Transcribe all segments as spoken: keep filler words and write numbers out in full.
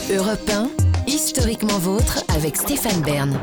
Europe un, historiquement vôtre avec Stéphane Bern.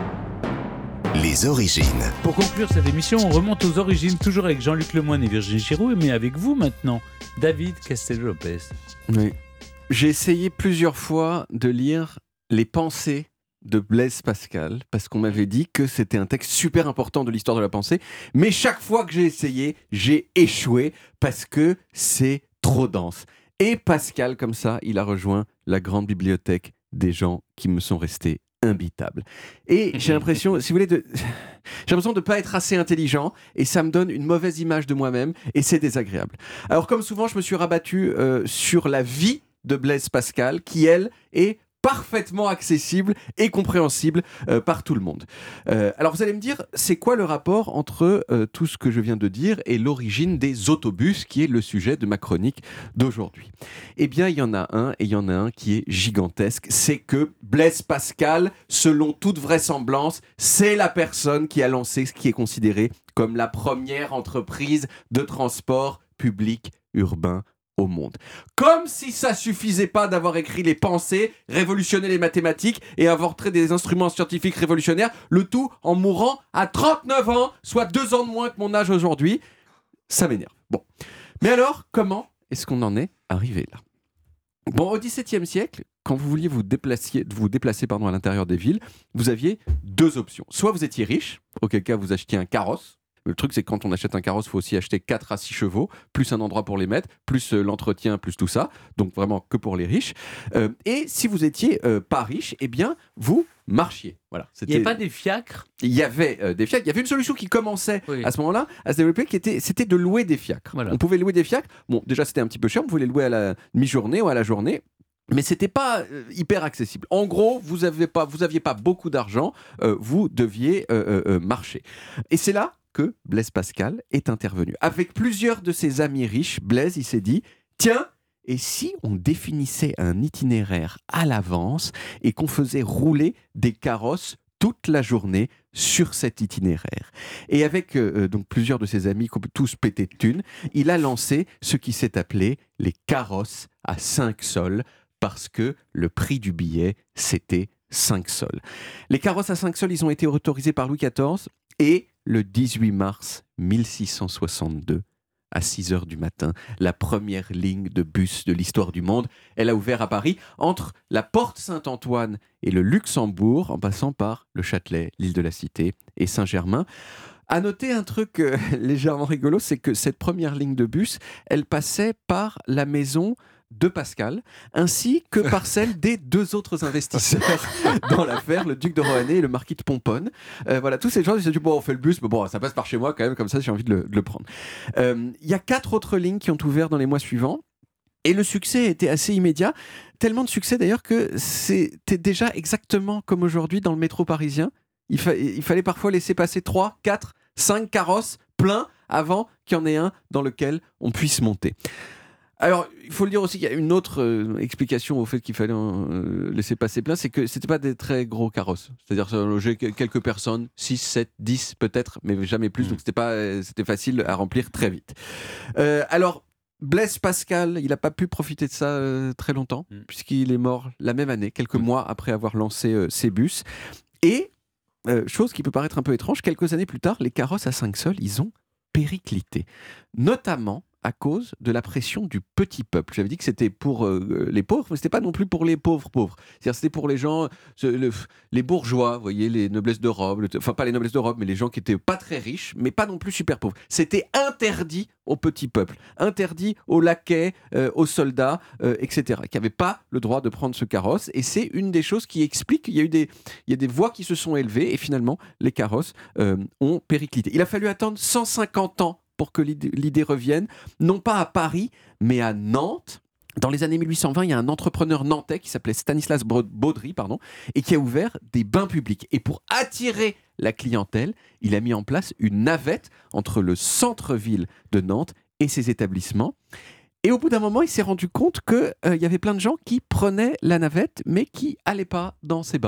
Les origines. Pour conclure cette émission, on remonte aux origines, toujours avec Jean-Luc Lemoyne et Virginie Giroud, mais avec vous maintenant, David Castello-Lopez. Oui. J'ai essayé plusieurs fois de lire les pensées de Blaise Pascal, parce qu'on m'avait dit que c'était un texte super important de l'histoire de la pensée, mais chaque fois que j'ai essayé, j'ai échoué, parce que c'est trop dense. Et Pascal, comme ça, il a rejoint la grande bibliothèque des gens qui me sont restés imbitables. Et j'ai l'impression, si vous voulez, de... j'ai l'impression de ne pas être assez intelligent, et ça me donne une mauvaise image de moi-même, et c'est désagréable. Alors, comme souvent, je me suis rabattu euh, sur la vie de Blaise Pascal, qui, elle, est parfaitement accessible et compréhensible euh, par tout le monde. Euh, alors vous allez me dire, c'est quoi le rapport entre euh, tout ce que je viens de dire et l'origine des autobus, qui est le sujet de ma chronique d'aujourd'hui? Eh bien, il y en a un, et il y en a un qui est gigantesque. C'est que Blaise Pascal, selon toute vraisemblance, c'est la personne qui a lancé ce qui est considéré comme la première entreprise de transport public urbain au monde. Comme si ça suffisait pas d'avoir écrit les pensées, révolutionné les mathématiques et inventé des instruments scientifiques révolutionnaires, le tout en mourant à trente-neuf ans, soit deux ans de moins que mon âge aujourd'hui. Ça m'énerve. Bon. Mais alors, comment est-ce qu'on en est arrivé là ? Bon, au dix-septième siècle, quand vous vouliez vous déplacer, vous déplacer pardon, à l'intérieur des villes, vous aviez deux options. Soit vous étiez riche, auquel cas vous achetiez un carrosse. Le truc, c'est que quand on achète un carrosse, il faut aussi acheter quatre à six chevaux, plus un endroit pour les mettre, plus euh, l'entretien, plus tout ça. Donc vraiment que pour les riches. Euh, et si vous étiez euh, pas riche, eh bien, vous marchiez. Voilà. Il n'y avait pas des fiacres ? Il y avait euh, des fiacres. Il y avait une solution qui commençait oui. à ce moment-là à se développer, qui était, c'était de louer des fiacres. Voilà. On pouvait louer des fiacres. Bon, déjà, c'était un petit peu cher. On pouvait les louer à la mi-journée ou à la journée. Mais c'était pas euh, hyper accessible. En gros, vous aviez pas, vous aviez pas beaucoup d'argent. Euh, vous deviez euh, euh, marcher. Et c'est là que Blaise Pascal est intervenu. Avec plusieurs de ses amis riches, Blaise, il s'est dit, tiens, et si on définissait un itinéraire à l'avance et qu'on faisait rouler des carrosses toute la journée sur cet itinéraire. Et avec euh, donc plusieurs de ses amis qui ont tous pété de thunes, il a lancé ce qui s'est appelé les carrosses à cinq sols, parce que le prix du billet, c'était cinq sols. Les carrosses à cinq sols, ils ont été autorisés par Louis quatorze, et le dix-huit mars mille six cent soixante-deux, à six heures du matin, la première ligne de bus de l'histoire du monde, elle a ouvert à Paris, entre la Porte Saint-Antoine et le Luxembourg, en passant par le Châtelet, l'île de la Cité et Saint-Germain. À noter un truc euh, légèrement rigolo, c'est que cette première ligne de bus, elle passait par la maison de Pascal, ainsi que par celle des deux autres investisseurs dans l'affaire, le duc de Rohanay et le marquis de Pomponne. Euh, voilà, tous ces gens, ils se disent, bon, on fait le bus, mais bon, ça passe par chez moi quand même, comme ça, j'ai envie de le, de le prendre. Il euh, y a quatre autres lignes qui ont ouvert dans les mois suivants. Et le succès était assez immédiat, tellement de succès d'ailleurs que c'était déjà exactement comme aujourd'hui dans le métro parisien. Il, fa- il fallait parfois laisser passer trois, quatre, cinq carrosses pleins avant qu'il y en ait un dans lequel on puisse monter. Alors, il faut le dire aussi qu'il y a une autre euh, explication au fait qu'il fallait euh, laisser passer plein, c'est que c'était pas des très gros carrosses. C'est-à-dire ça logeait quelques personnes, six, sept, dix peut-être, mais jamais plus, mmh. donc c'était, pas, euh, c'était facile à remplir très vite. Euh, alors, Blaise Pascal, il n'a pas pu profiter de ça euh, très longtemps, mmh. puisqu'il est mort la même année, quelques mmh. mois après avoir lancé euh, ses bus. Et, euh, chose qui peut paraître un peu étrange, quelques années plus tard, les carrosses à cinq sols, ils ont périclité. Notamment à cause de la pression du petit peuple. J'avais dit que c'était pour euh, les pauvres, mais c'était pas non plus pour les pauvres pauvres. C'est-à-dire c'était pour les gens, ce, le, les bourgeois, vous voyez, les noblesses de robe, le, enfin pas les noblesses de robe, mais les gens qui étaient pas très riches, mais pas non plus super pauvres. C'était interdit au petit peuple, interdit aux laquais, euh, aux soldats, euh, et cetera, qui n'avaient pas le droit de prendre ce carrosse. Et c'est une des choses qui explique qu'il y a eu des, il y a des voix qui se sont élevées, et finalement, les carrosses euh, ont périclité. Il a fallu attendre cent cinquante ans pour que l'idée, l'idée revienne, non pas à Paris, mais à Nantes. Dans les années mille huit cent vingt, il y a un entrepreneur nantais qui s'appelait Stanislas Baudry, pardon, et qui a ouvert des bains publics. Et pour attirer la clientèle, il a mis en place une navette entre le centre-ville de Nantes et ses établissements. Et au bout d'un moment, il s'est rendu compte qu'il euh, y avait plein de gens qui prenaient la navette, mais qui n'allaient pas dans ces bains.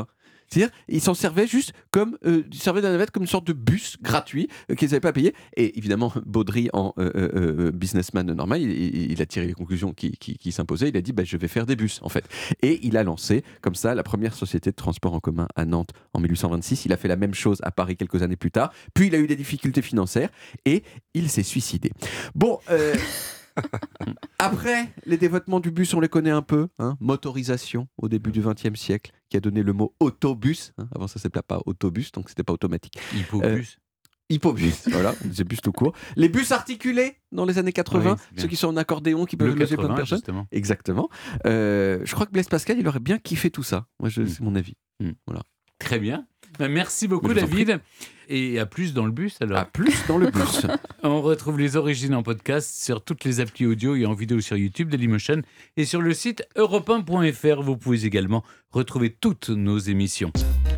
C'est-à-dire, ils s'en servaient juste comme, euh, ils servaient de la navette comme une sorte de bus gratuit euh, qu'ils n'avaient pas payé. Et évidemment, Baudry, en euh, euh, businessman normal, il, il, il a tiré les conclusions qui, qui, qui s'imposaient. Il a dit, bah, je vais faire des bus, en fait. Et il a lancé, comme ça, la première société de transport en commun à Nantes en mille huit cent vingt-six. Il a fait la même chose à Paris quelques années plus tard. Puis, il a eu des difficultés financières et il s'est suicidé. Bon... Euh, Après, les développements du bus, on les connaît un peu. Hein, motorisation au début du vingtième siècle, qui a donné le mot autobus. Hein, avant, ça ne s'appelait pas autobus, donc c'était pas automatique. Hippobus. Euh, hippobus, voilà, on disait bus tout court. Les bus articulés dans les années quatre-vingts, oui, ceux qui sont en accordéon, qui peuvent loger plein de personnes. Justement. Exactement. Euh, je crois que Blaise Pascal, il aurait bien kiffé tout ça. Moi, je, mm. c'est mon avis. Mm. Voilà. Très bien. Merci beaucoup, David. Et à plus dans le bus, alors. À plus dans le bus. On retrouve les origines en podcast sur toutes les applis audio et en vidéo sur YouTube, Dailymotion, et sur le site europe un point f r. Vous pouvez également retrouver toutes nos émissions.